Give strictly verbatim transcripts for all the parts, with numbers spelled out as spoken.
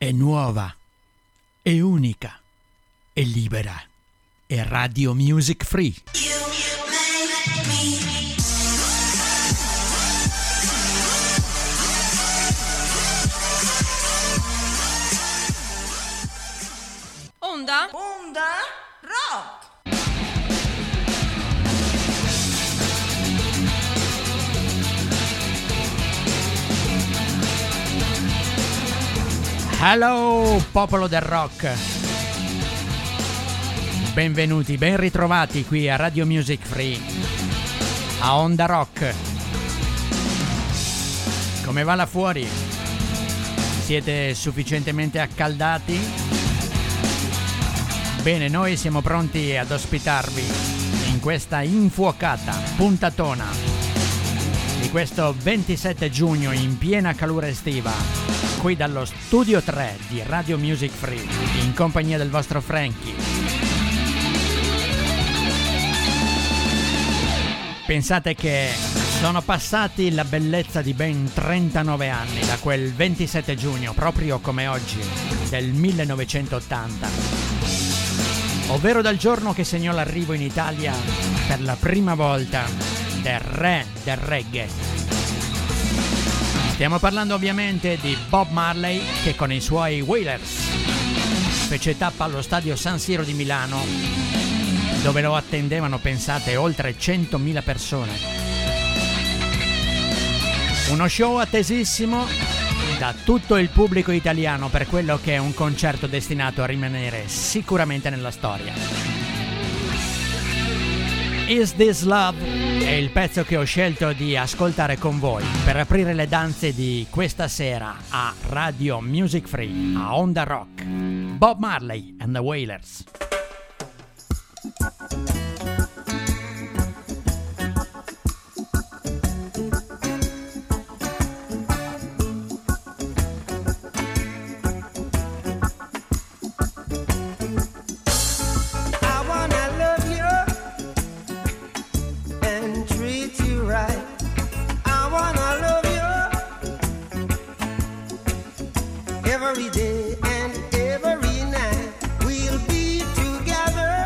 è nuova, è unica, è libera, è Radio Music Free. Onda? Onda Rock! Hello, popolo del rock! Benvenuti, ben ritrovati qui a Radio Music Free, a Onda Rock. Come va là fuori? Siete sufficientemente accaldati? Bene, noi siamo pronti ad ospitarvi in questa infuocata puntatona di questo ventisette giugno in piena calura estiva, qui dallo studio tre di Radio Music Free, in compagnia del vostro Frankie. Pensate che sono passati la bellezza di ben trentanove anni da quel ventisette giugno, proprio come oggi, del millenovecentottanta, ovvero dal giorno che segnò l'arrivo in Italia per la prima volta del re del reggae. Stiamo parlando ovviamente di Bob Marley, che con i suoi Wailers fece tappa allo stadio San Siro di Milano, dove lo attendevano, pensate, oltre centomila persone. Uno show attesissimo da tutto il pubblico italiano per quello che è un concerto destinato a rimanere sicuramente nella storia. Is This Love è il pezzo che ho scelto di ascoltare con voi per aprire le danze di questa sera a Radio Music Free, a Onda Rock. Bob Marley and the Wailers. Every day and every night we'll be together.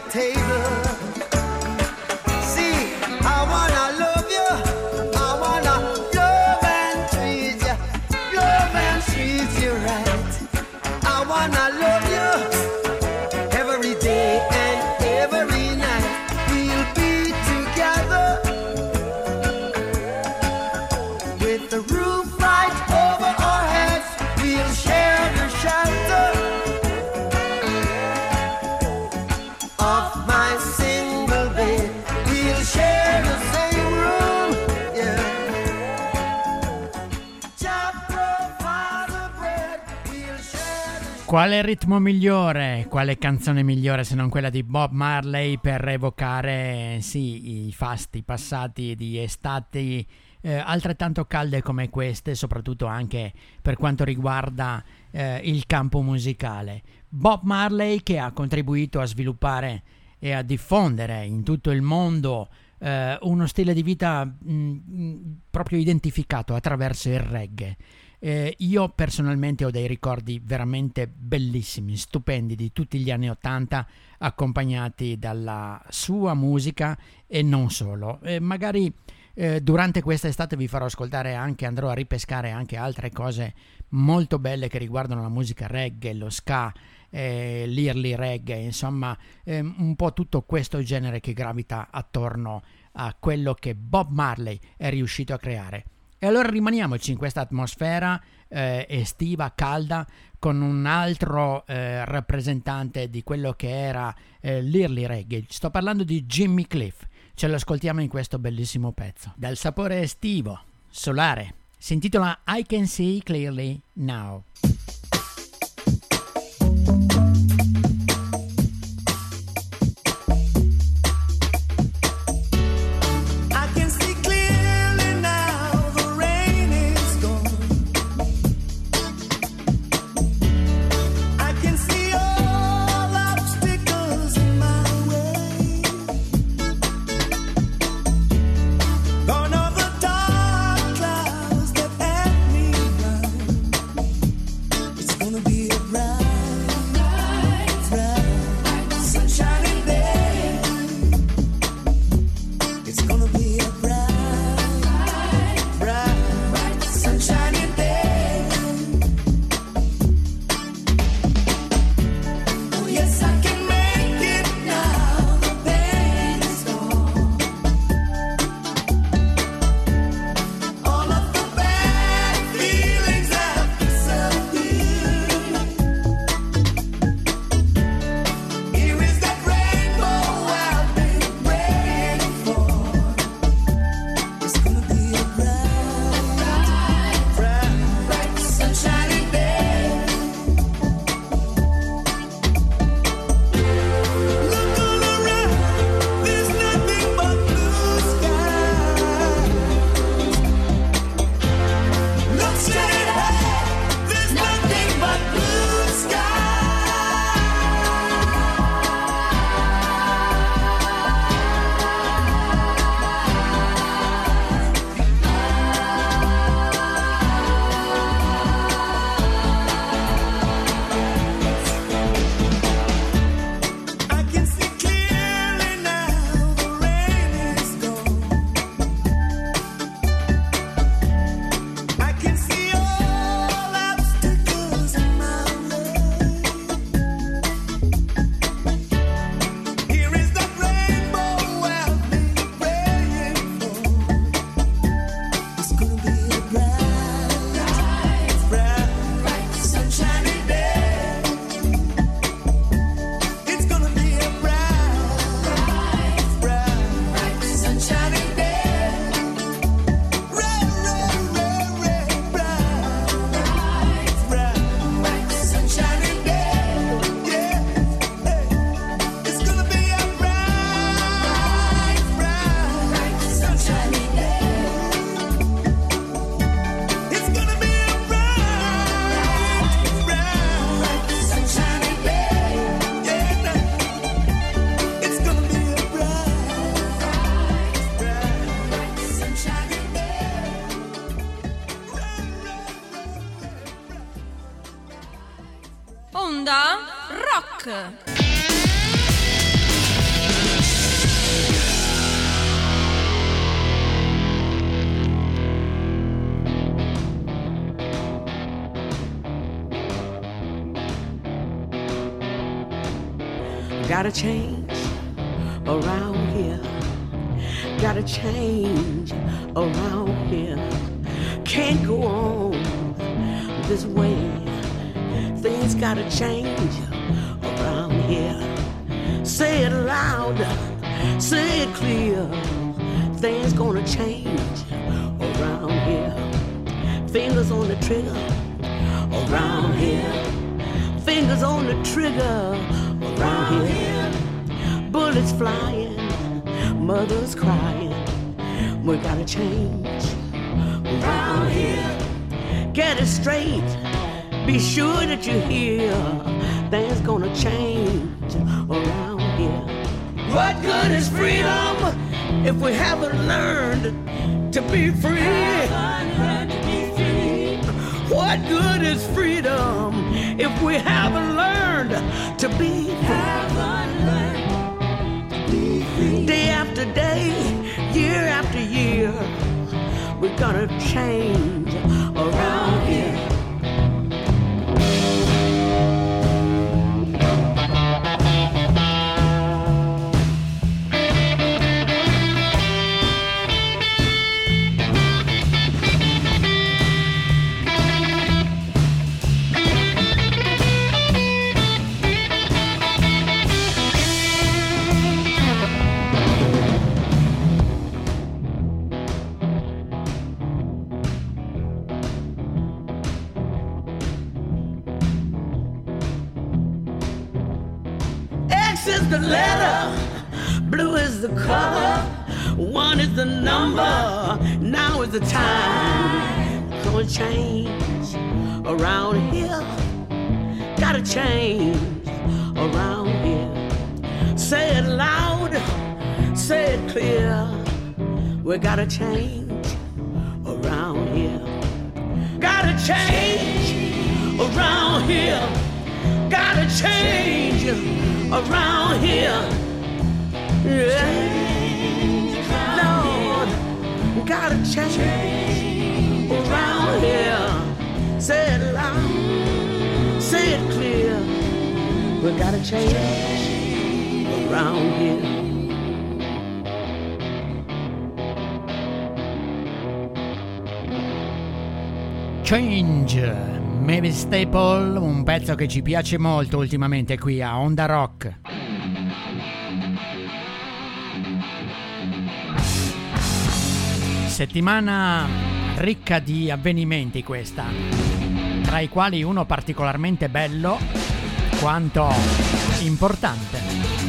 table. See, I wanna love you, I wanna love and treat you, love and treat you right. I wanna love you every day and every night. We'll be together with the roof right over our heads. We'll share the shelter of my single bed. We'll share the same room, yeah. Just provide the bread. We'll share the... Quale ritmo migliore, quale canzone migliore se non quella di Bob Marley per evocare, sì, i fasti passati di estati eh, altrettanto calde come queste, soprattutto anche per quanto riguarda eh, il campo musicale. Bob Marley, che ha contribuito a sviluppare e a diffondere in tutto il mondo eh, uno stile di vita mh, proprio identificato attraverso il reggae. Eh, io personalmente ho dei ricordi veramente bellissimi, stupendi di tutti gli anni ottanta, accompagnati dalla sua musica e non solo. Eh, magari eh, durante questa estate vi farò ascoltare anche, andrò a ripescare anche altre cose molto belle che riguardano la musica reggae, lo ska, eh, l'early reggae, insomma eh, un po' tutto questo genere che gravita attorno a quello che Bob Marley è riuscito a creare. E allora rimaniamoci in questa atmosfera eh, estiva, calda, con un altro eh, rappresentante di quello che era eh, l'early reggae. Sto parlando di Jimmy Cliff. Ce lo ascoltiamo in questo bellissimo pezzo. Dal sapore estivo, solare. Si intitola I Can See Clearly Now. Onda Rock. Gotta change around here. Gotta change around here. Can't go on this way. Things gotta change around here. Say it loud, say it clear. Things gonna change around here. Fingers on the trigger around here. Fingers on the trigger around here. Bullets flying, mothers crying. We gotta change around here. Get it straight, be sure that you hear. Things gonna change around here. What good is freedom if we haven't learned to be free? What good is freedom if we haven't learned to be free? Day after day, year after year, we're gonna change around here. Is the letter, blue is the color, one is the number, now is the time. Gonna change around here, gotta change around here. Say it loud, say it clear, we gotta change around here. Gotta change around here, gotta change around here. Yeah. Lord, gotta change around here. Say it loud, say it clear. We gotta change around here. Change, Mavis Staple, un pezzo che ci piace molto ultimamente qui a Onda Rock. Settimana ricca di avvenimenti questa, tra i quali uno particolarmente bello quanto importante,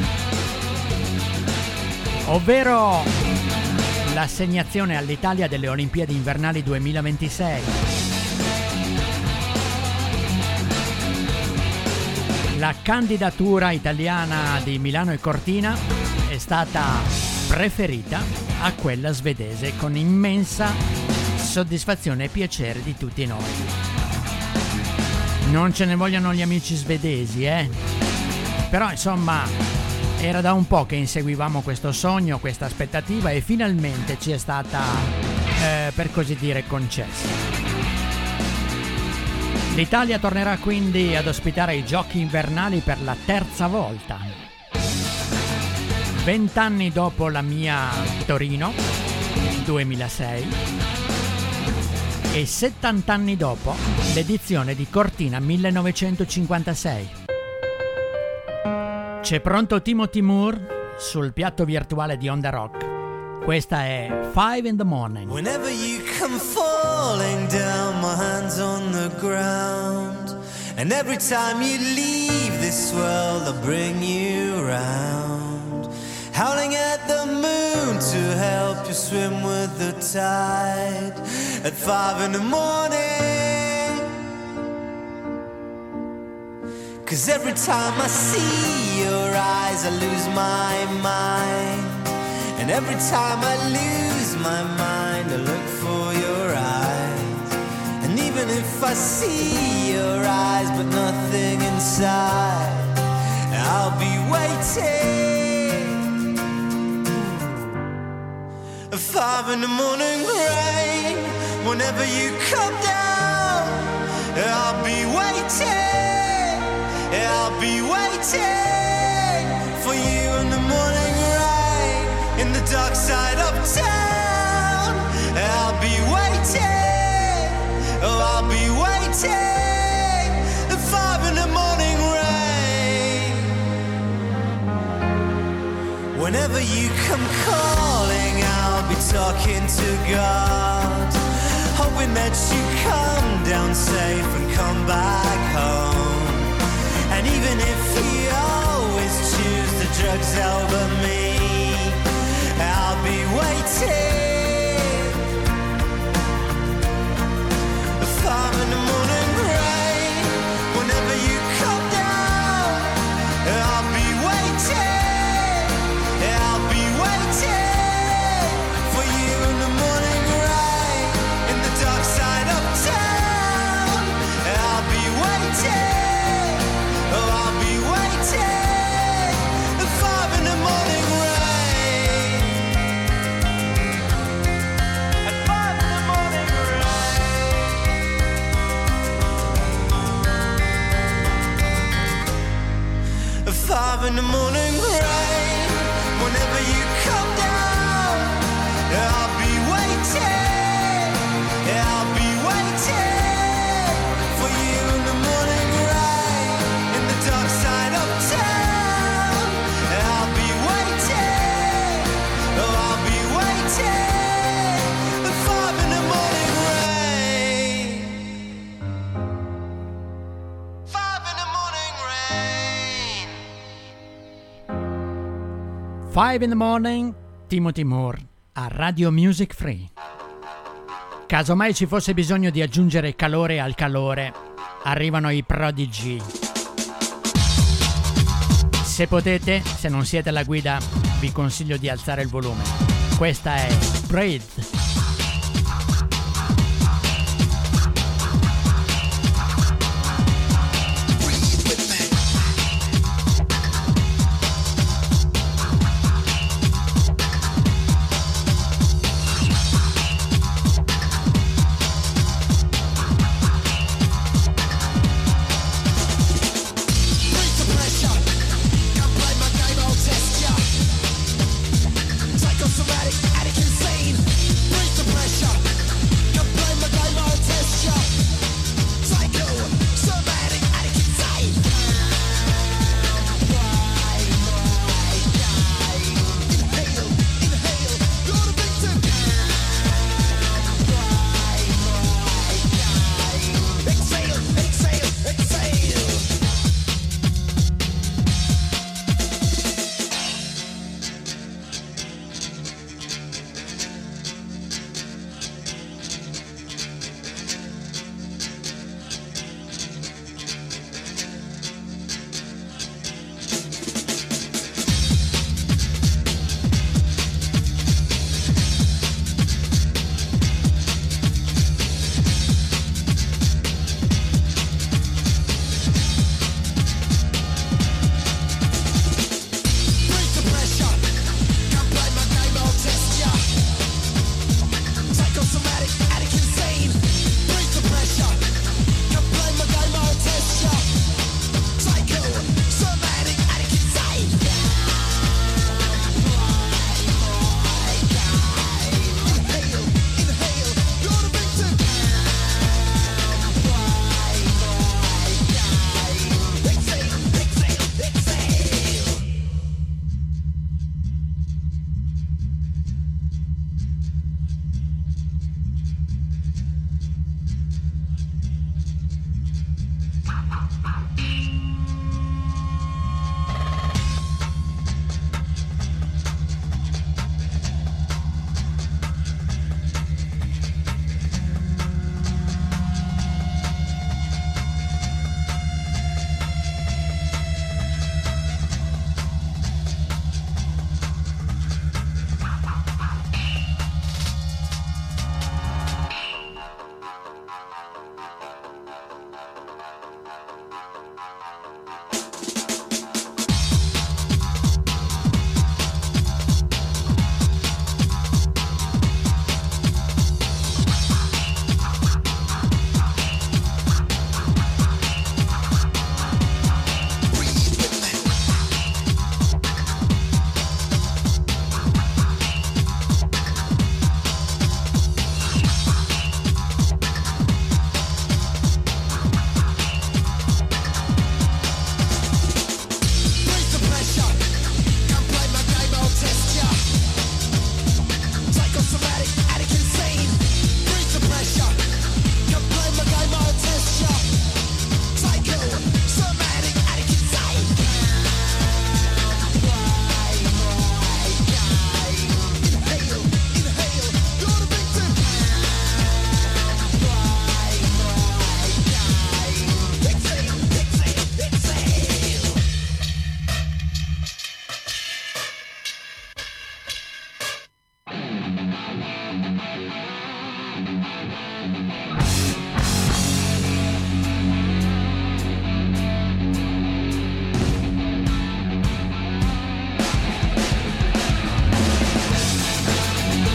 ovvero l'assegnazione all'Italia delle Olimpiadi Invernali duemilaventisei. La candidatura italiana di Milano e Cortina è stata preferita a quella svedese, con immensa soddisfazione e piacere di tutti noi. Non ce ne vogliono gli amici svedesi, eh? Però insomma era da un po' che inseguivamo questo sogno, questa aspettativa, e finalmente ci è stata, eh, per così dire, concessa. L'Italia tornerà quindi ad ospitare i Giochi invernali per la terza volta. Vent'anni dopo la mia Torino, duemilasei, e settant'anni dopo l'edizione di Cortina millenovecentocinquantasei. C'è pronto Timothy Moore sul piatto virtuale di Onda Rock. Questa è Five in the Morning. Whenever you come falling down, my hands on the ground, and every time you leave this world, I'll bring you round, howling at the moon to help you swim with the tide. At five in the morning, 'cause every time I see your eyes, I lose my mind. And every time I lose my mind, I look for your eyes. And even if I see your eyes but nothing inside, I'll be waiting. At five in the morning rain, whenever you come down, I'll be waiting. I'll be waiting dark side of town. I'll be waiting, oh I'll be waiting at five in the morning rain. Whenever you come calling, I'll be talking to God, hoping that you come down safe and come back home. And even if you always choose the drugs over me, I'll be waiting. Five in the morning rain. Whenever you come down, I'll be waiting. I'll be waiting for you in the morning rain. In the dark side of town, I'll be waiting. Oh, I'll be waiting at five in the morning rain. At five in the morning rain. At five in the morning rain. Whenever you come down, I'll be waiting. I'll be waiting for you in the morning rain. In the dark side of town, I'll be waiting. Oh, I'll be waiting at five in the morning rain. Five in the morning rain. Five in the Morning, Timothy Moore a Radio Music Free. Caso mai ci fosse bisogno di aggiungere calore al calore, arrivano i Prodigy. Se potete, se non siete alla guida, vi consiglio di alzare il volume. Questa è Breathe. Psychosomatic, addict, insane.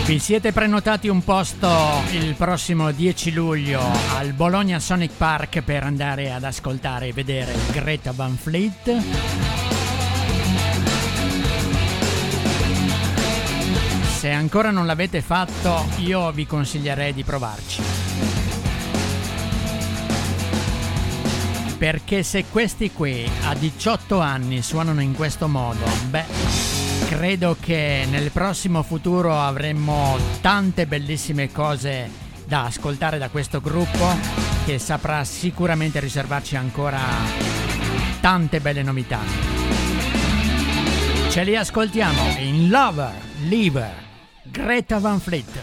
Vi siete prenotati un posto il prossimo dieci luglio al Bologna Sonic Park per andare ad ascoltare e vedere Greta Van Fleet? Se ancora non l'avete fatto, io vi consiglierei di provarci. Perché se questi qui a diciotto anni suonano in questo modo, beh, credo che nel prossimo futuro avremo tante bellissime cose da ascoltare da questo gruppo, che saprà sicuramente riservarci ancora tante belle novità. Ce li ascoltiamo in Lover, Lever, Greta Van Fleet.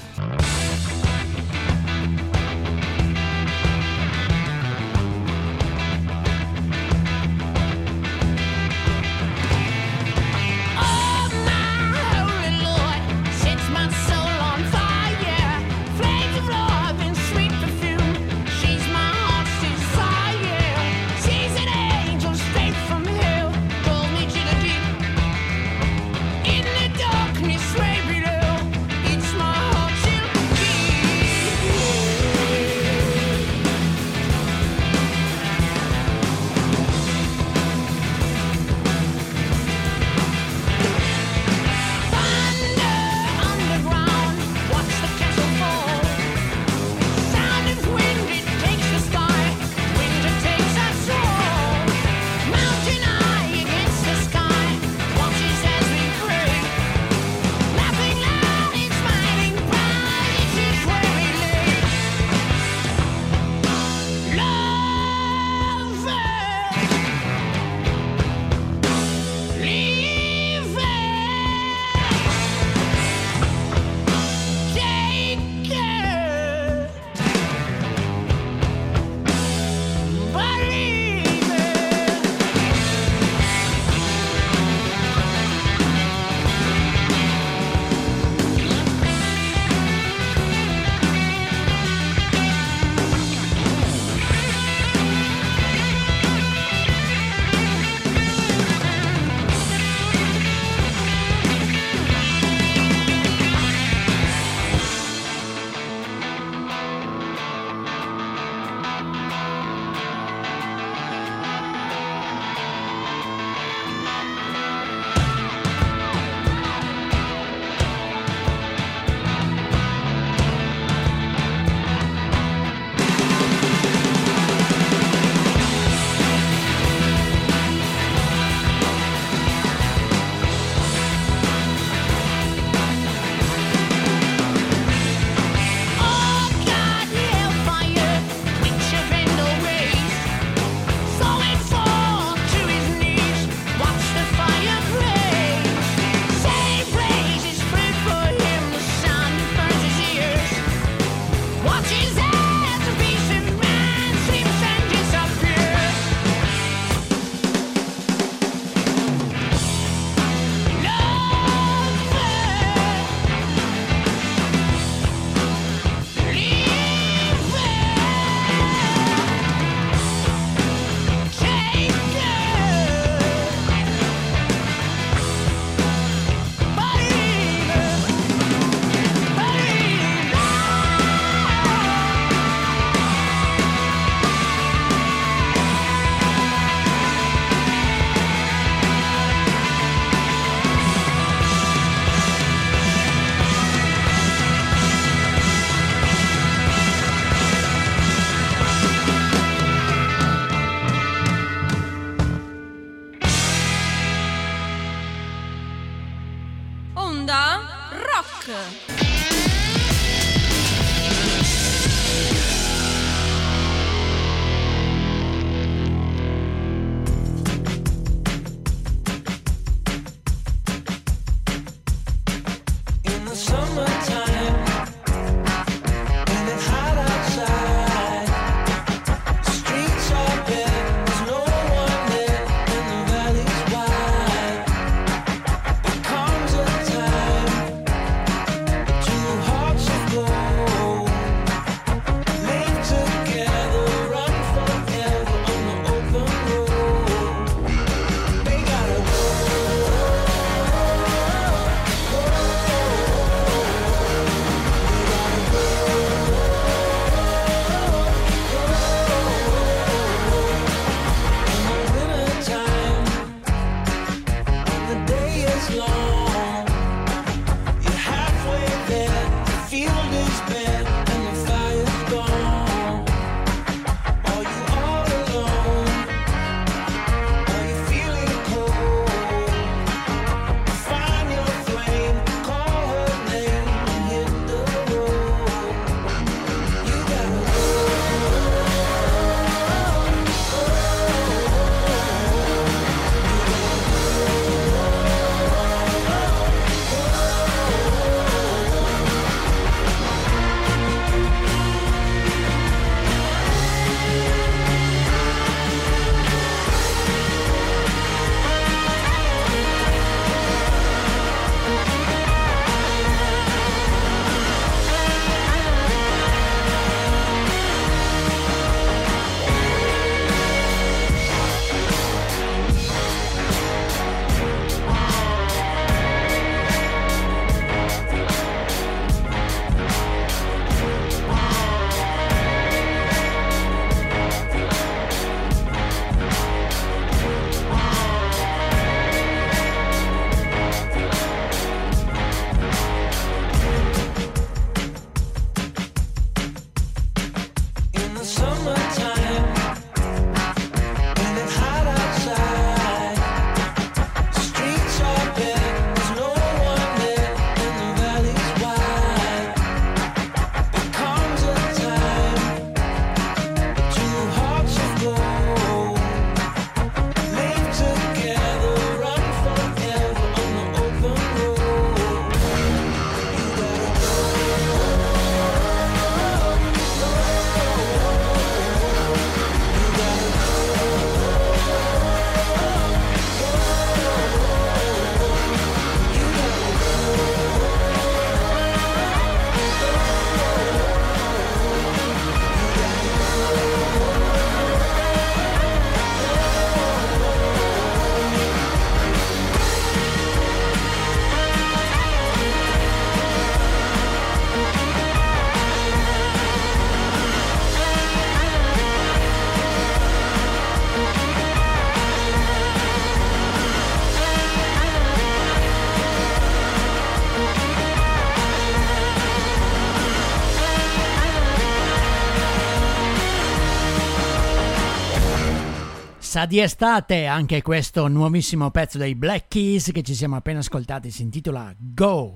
Sa di estate anche questo nuovissimo pezzo dei Black Keys che ci siamo appena ascoltati, si intitola Go.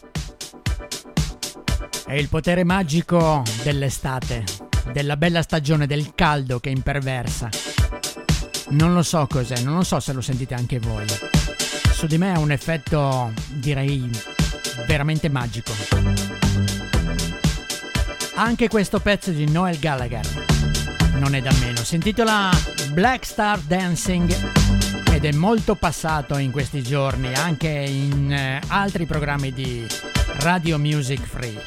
È il potere magico dell'estate, della bella stagione, del caldo che imperversa. Non lo so cos'è, non lo so se lo sentite anche voi. Su di me ha un effetto, direi, veramente magico. Anche questo pezzo di Noel Gallagher non è da meno, si intitola Black Star Dancing ed è molto passato in questi giorni anche in eh, altri programmi di Radio Music Free.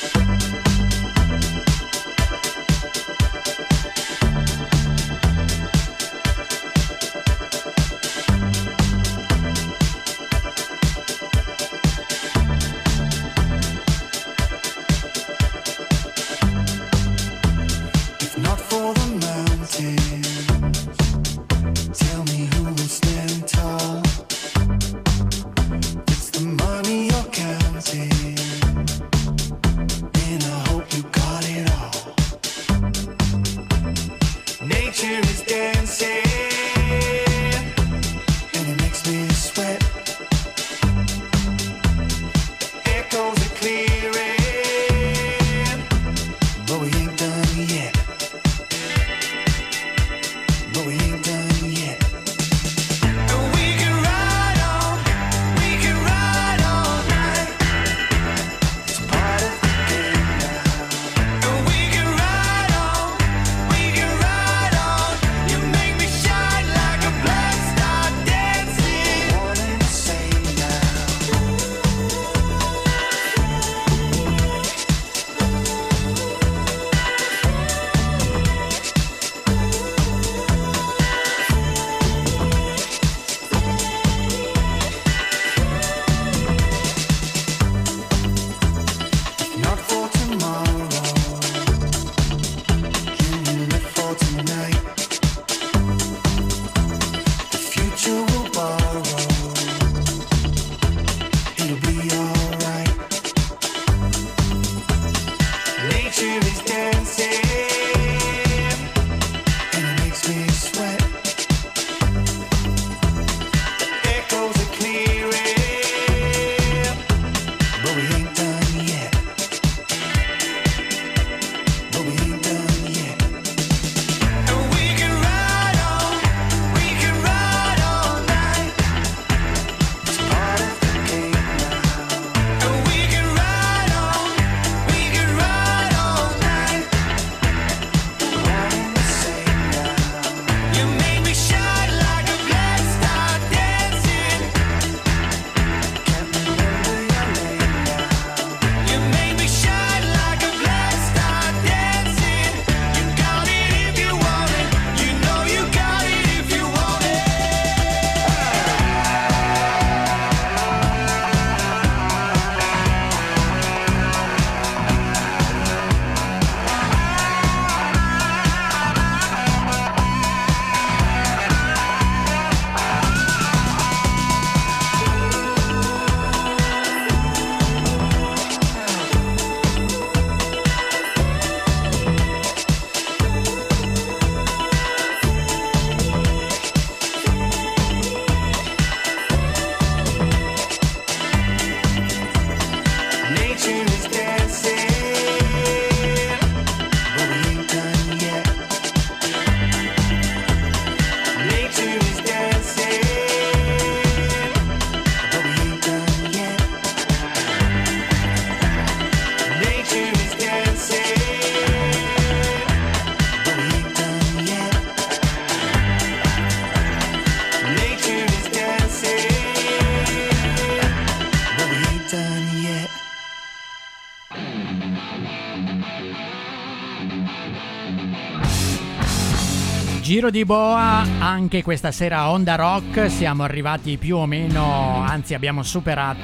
Giro di boa anche questa sera a Onda Rock, siamo arrivati più o meno, anzi abbiamo superato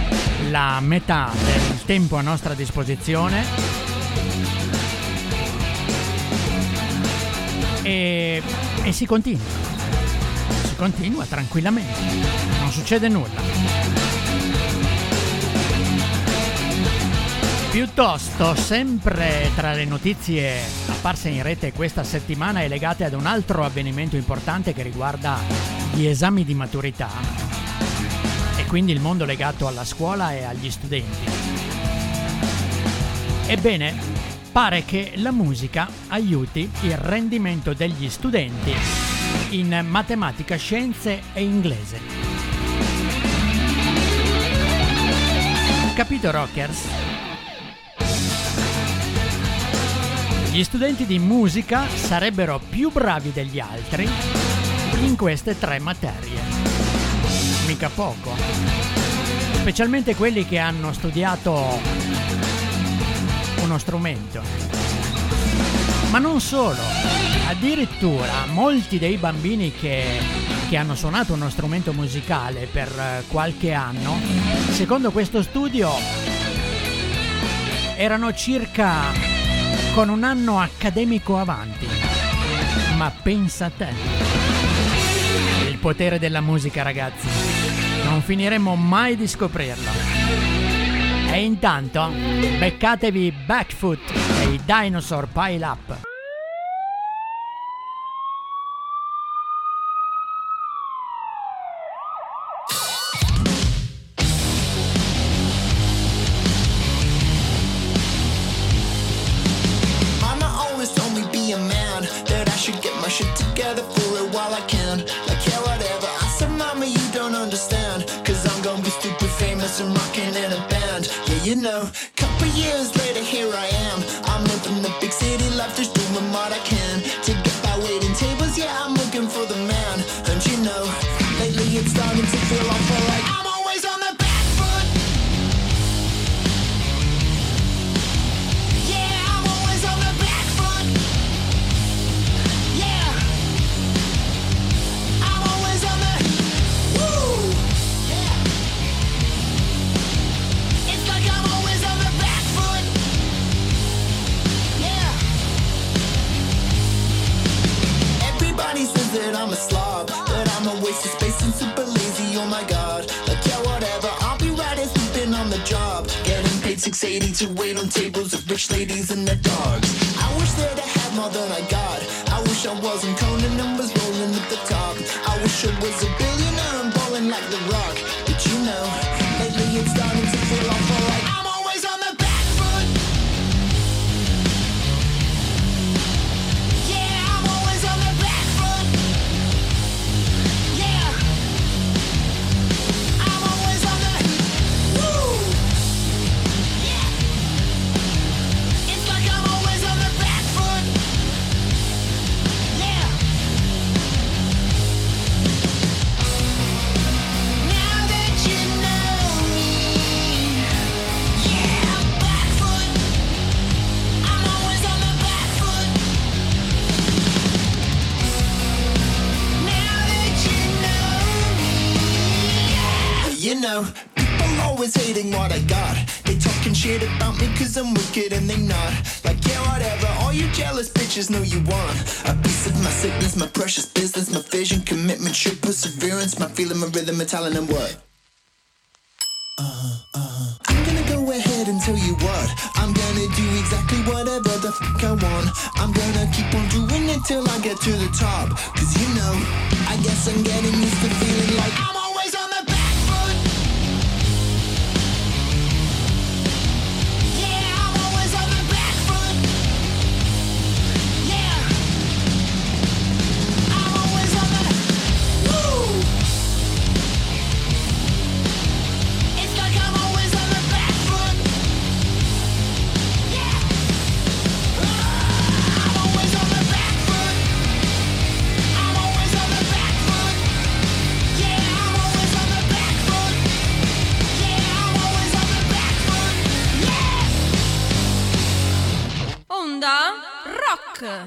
la metà del tempo a nostra disposizione e, e si continua, si continua tranquillamente, non succede nulla. Piuttosto, sempre tra le notizie apparse in rete questa settimana e legate ad un altro avvenimento importante che riguarda gli esami di maturità e quindi il mondo legato alla scuola e agli studenti. Ebbene, pare che la musica aiuti il rendimento degli studenti in matematica, scienze e inglese. Capito, rockers? Gli studenti di musica sarebbero più bravi degli altri in queste tre materie. Mica poco. Specialmente quelli che hanno studiato uno strumento. Ma non solo. Addirittura molti dei bambini che, che hanno suonato uno strumento musicale per qualche anno, secondo questo studio, erano circa con un anno accademico avanti. Ma pensa a te. Il potere della musica, ragazzi. Non finiremo mai di scoprirlo. E intanto, beccatevi Backfoot e i Dinosaur Pile Up. You know, couple years later, here I am. I'm living the big city life, just doing what I can to get by waiting tables. Yeah, I'm looking for the man. And you know, lately it's starting to feel awful like I'm always on the back foot. Yeah, I'm always on the back foot. Yeah, I'm always on the woo. Yeah. It's like I'm always on the back foot. Yeah. Everybody says that I'm a slob, that I'm a waste of space and super lazy. Oh my god. Like yeah, whatever. I'll be right as sleeping on the job, getting paid six eighty to wait on tables of rich ladies and their dogs. I wish that I had more than I got. I wish I wasn't Conan and was rolling at the top. I wish I was a billionaire and balling like The Rock. But you know, lately it's starting to feel awful like I'm always on the back foot. Yeah, I'm always on the back foot. Yeah, I'm always on the woo. Yeah, it's like I'm always on the back foot. Yeah. Now that you know me, yeah, back foot. I'm always on the back foot. Now that you know me, yeah. You know, people always hating what I got. They talking shit about me cause I'm wicked and they not. Like yeah, whatever, all you jealous bitches know you want a piece of my sickness, my precious business, my vision, commitment, shit, perseverance, my feeling, my rhythm, my talent and what? Uh-huh, uh-huh. I'm gonna go ahead and tell you what. I'm gonna do exactly whatever the fuck I want. I'm gonna keep on doing it till I get to the top. Cause you know, I guess I'm getting used to feeling like I'm always on the back foot. Yeah, I'm always on the back foot. Yeah, I'm always on the woo. It's like I'm always on the back foot. Yeah, I'm always on the back foot. I'm always on the back foot. Yeah, I'm always on the back foot. Yeah, I'm always on the back foot. Yeah. Onda Rock.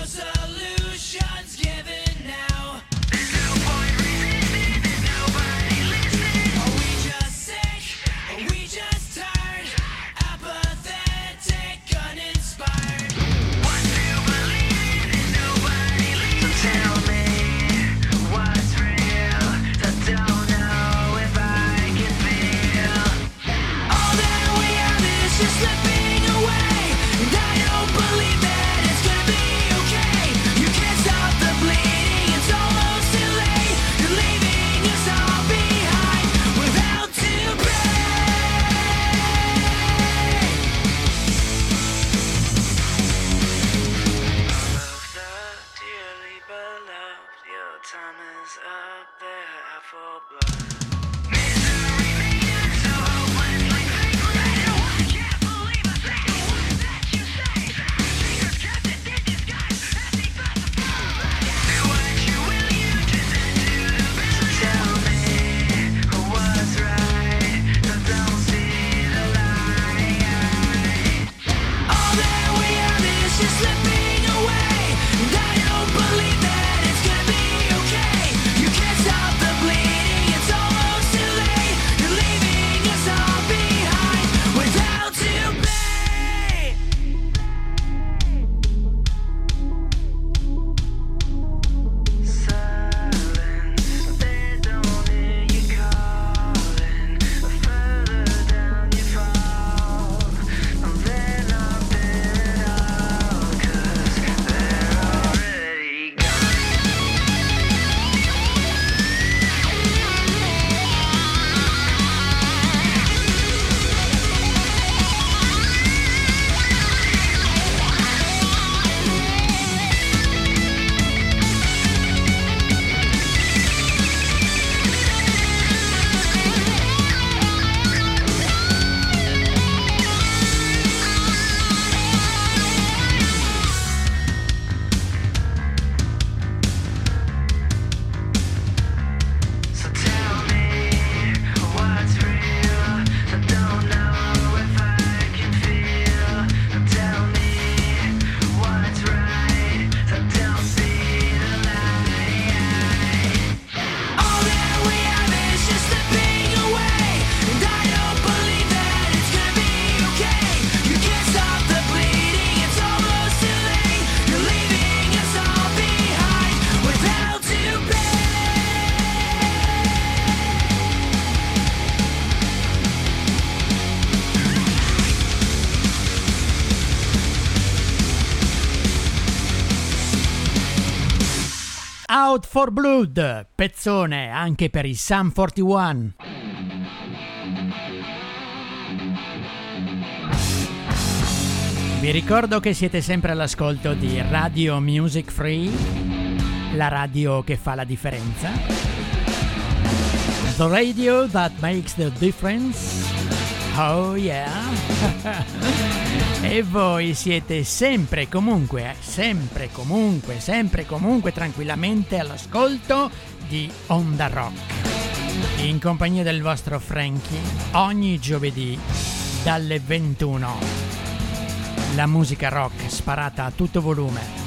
Out for Blood, pezzone anche per i Sum quarantuno. Vi ricordo che siete sempre all'ascolto di Radio Music Free, la radio che fa la differenza. The radio that makes the difference. Oh yeah. E voi siete sempre comunque, sempre comunque, sempre comunque tranquillamente all'ascolto di Onda Rock, in compagnia del vostro Frankie, ogni giovedì dalle ventuno. La musica rock sparata a tutto volume.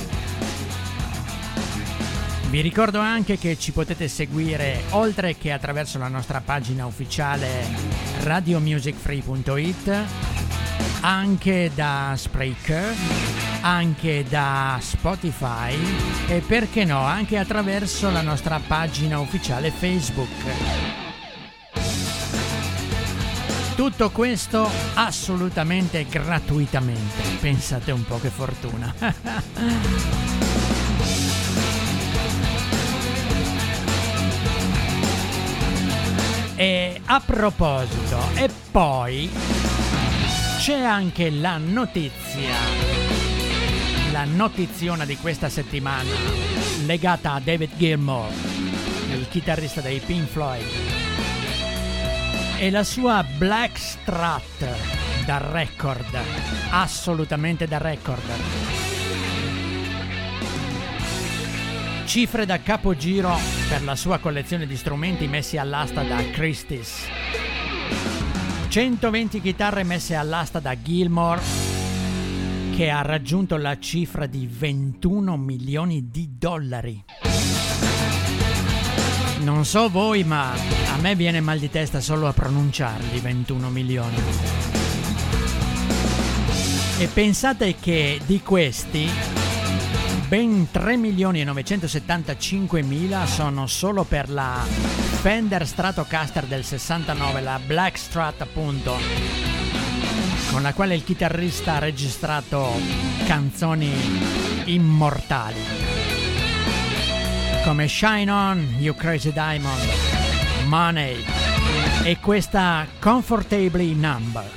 Vi ricordo anche che ci potete seguire, oltre che attraverso la nostra pagina ufficiale radio music free punto it, anche da Spreaker, anche da Spotify e perché no, anche attraverso la nostra pagina ufficiale Facebook. Tutto questo assolutamente gratuitamente. Pensate un po' che fortuna. E a proposito, e poi c'è anche la notizia, la notiziona di questa settimana legata a David Gilmour, il chitarrista dei Pink Floyd, e la sua Black Strat da record, assolutamente da record. Cifre da capogiro per la sua collezione di strumenti messi all'asta da Christie's. centoventi chitarre messe all'asta da Gilmour, che ha raggiunto la cifra di ventuno milioni di dollari. Non so voi, ma a me viene mal di testa solo a pronunciarli, ventuno milioni. E pensate che di questi ben tre milioni e novecentosettantacinquemila sono solo per la Fender Stratocaster del sessantanove, la Black Strat appunto, con la quale il chitarrista ha registrato canzoni immortali come Shine On, You Crazy Diamond, Money e questa Comfortably Number.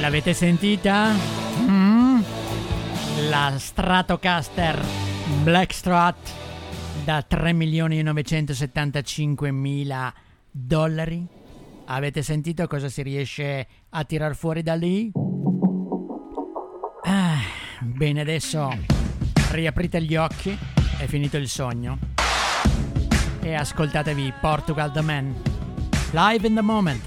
L'avete sentita? Mm? La Stratocaster Blackstrat da tre milioni novecentosettantacinquemila dollari. Avete sentito cosa si riesce a tirar fuori da lì? Ah, bene, adesso riaprite gli occhi, è finito il sogno, e ascoltatevi Portugal The Man, live in the moment.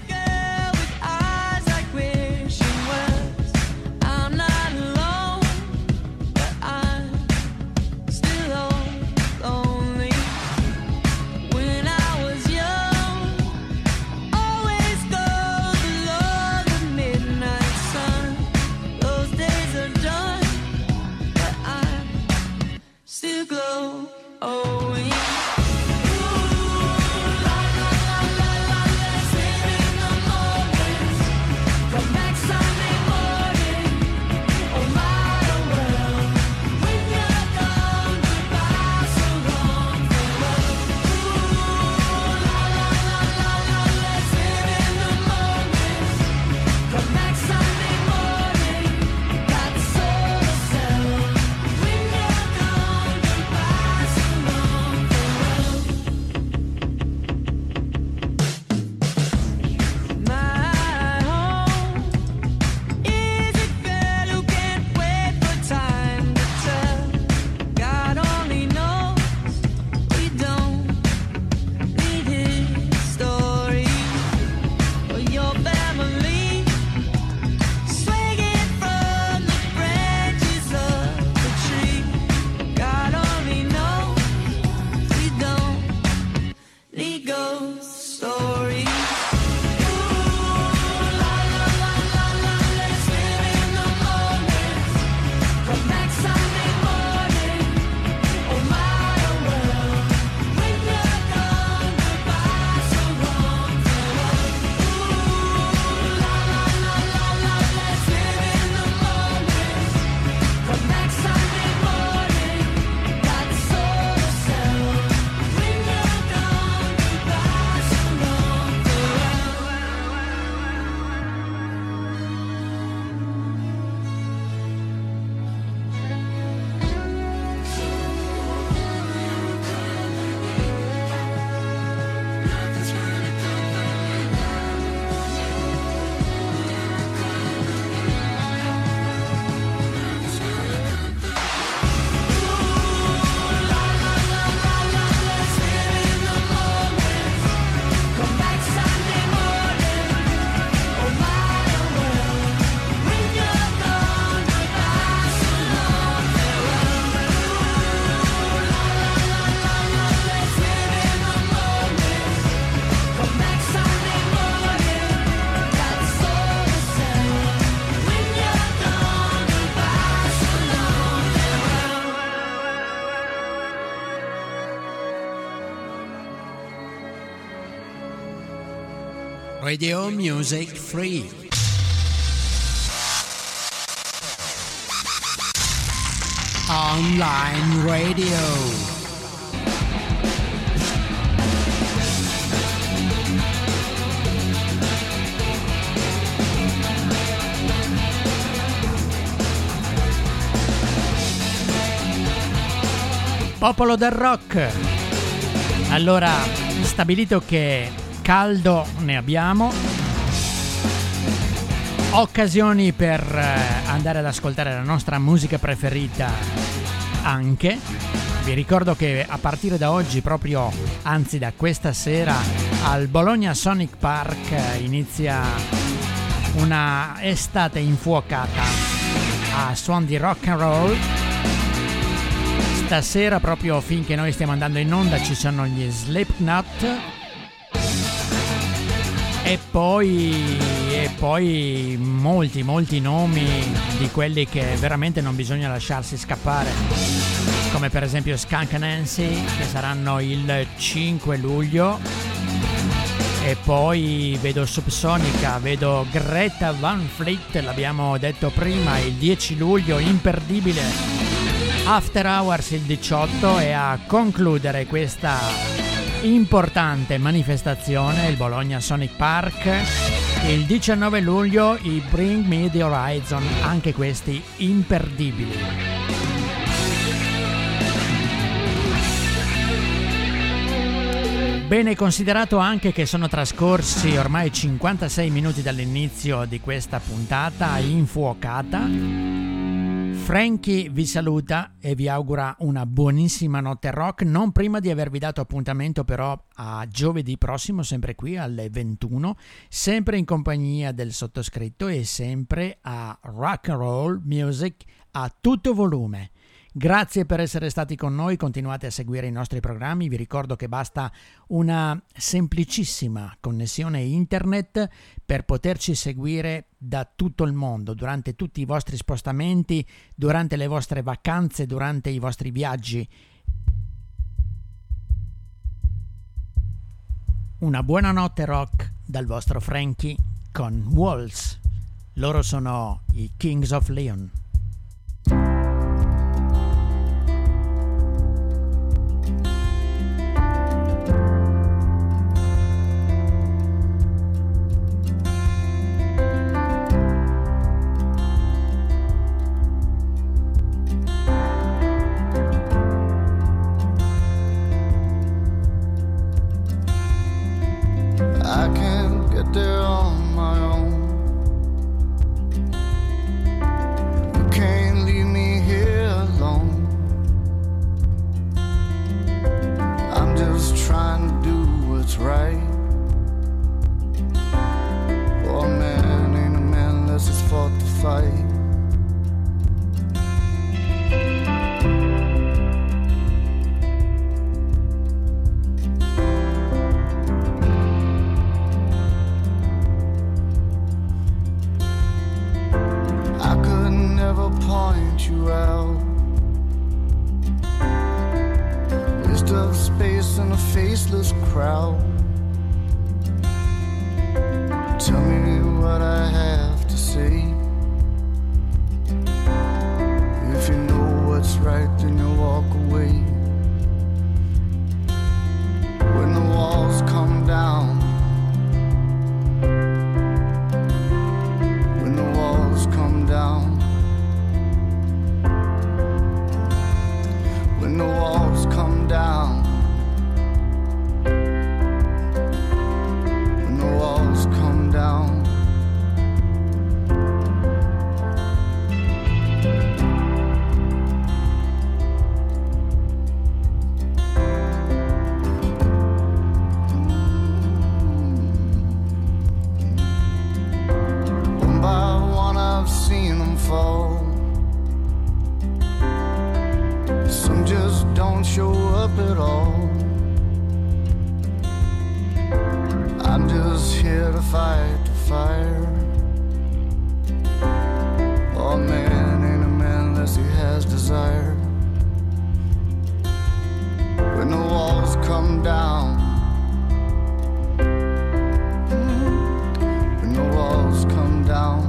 Radio Music Free. Online radio. Popolo del rock. Allora, stabilito che caldo ne abbiamo, occasioni per andare ad ascoltare la nostra musica preferita anche. Vi ricordo che a partire da oggi, proprio anzi da questa sera, al Bologna Sonic Park inizia una estate infuocata a suon di rock and roll. Stasera, proprio finché noi stiamo andando in onda, ci sono gli Slipknot. E poi, e poi molti, molti nomi di quelli che veramente non bisogna lasciarsi scappare, come per esempio Skunk Nancy, che saranno il cinque luglio. E poi vedo Subsonica, vedo Greta Van Fleet, l'abbiamo detto prima, il dieci luglio, imperdibile. After Hours il diciotto, e a concludere questa importante manifestazione, il Bologna Sonic Park, Il diciannove luglio i Bring Me the Horizon, anche questi imperdibili. Bene, considerato anche che sono trascorsi ormai cinquantasei minuti dall'inizio di questa puntata infuocata, Frankie vi saluta e vi augura una buonissima notte rock, non prima di avervi dato appuntamento però a giovedì prossimo, sempre qui alle ventuno, sempre in compagnia del sottoscritto e sempre a Rock and Roll Music a tutto volume. Grazie per essere stati con noi, continuate a seguire i nostri programmi, vi ricordo che basta una semplicissima connessione internet per poterci seguire da tutto il mondo, durante tutti i vostri spostamenti, durante le vostre vacanze, durante i vostri viaggi. Una buona notte rock dal vostro Frankie con Waltz. Loro sono i Kings of Leon. I can't get there on my own. You can't leave me here alone. I'm just trying to do what's right. For a man ain't a man unless he's fought the fight. Point you out. Waste of space in a faceless crowd. Tell me what I have to say. If you know what's right, then you walk away. When the walls come down, when the walls come down, when the walls come down, when the walls come down, one by one I've seen them fall. Some just don't show up at all. I'm just here to fight the fire. Oh, a man ain't a man unless he has desire. When the walls come down, when the walls come down,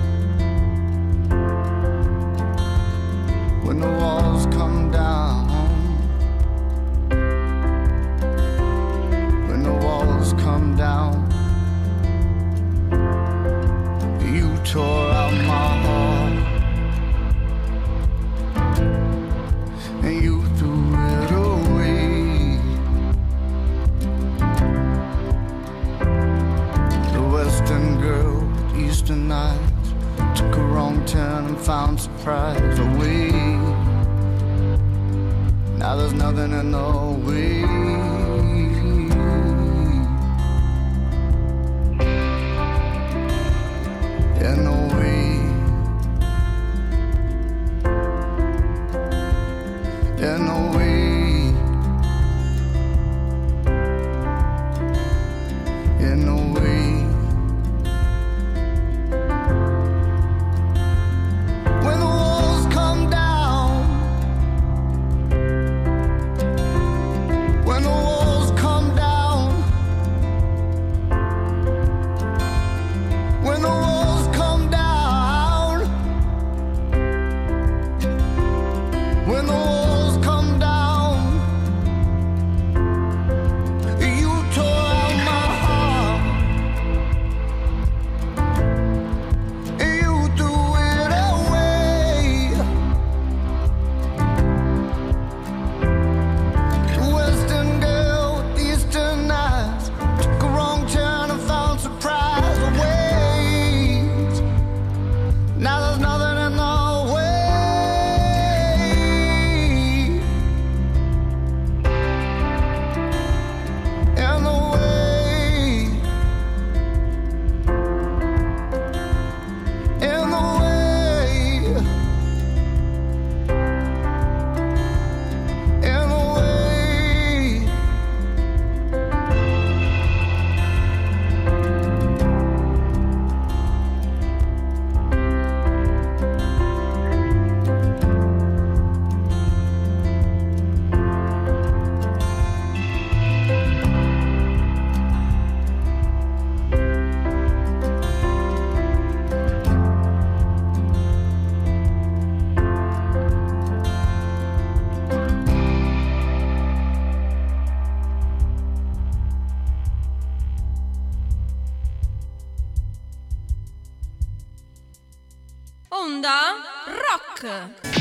when the walls come down, when the walls come down, you tore out my heart and you threw it away. The Western girl with Eastern eyes took a wrong turn and found surprise away. Now there's nothing in the way. In the way. In the way. In the way. When the walls come down, when the Onda Rock.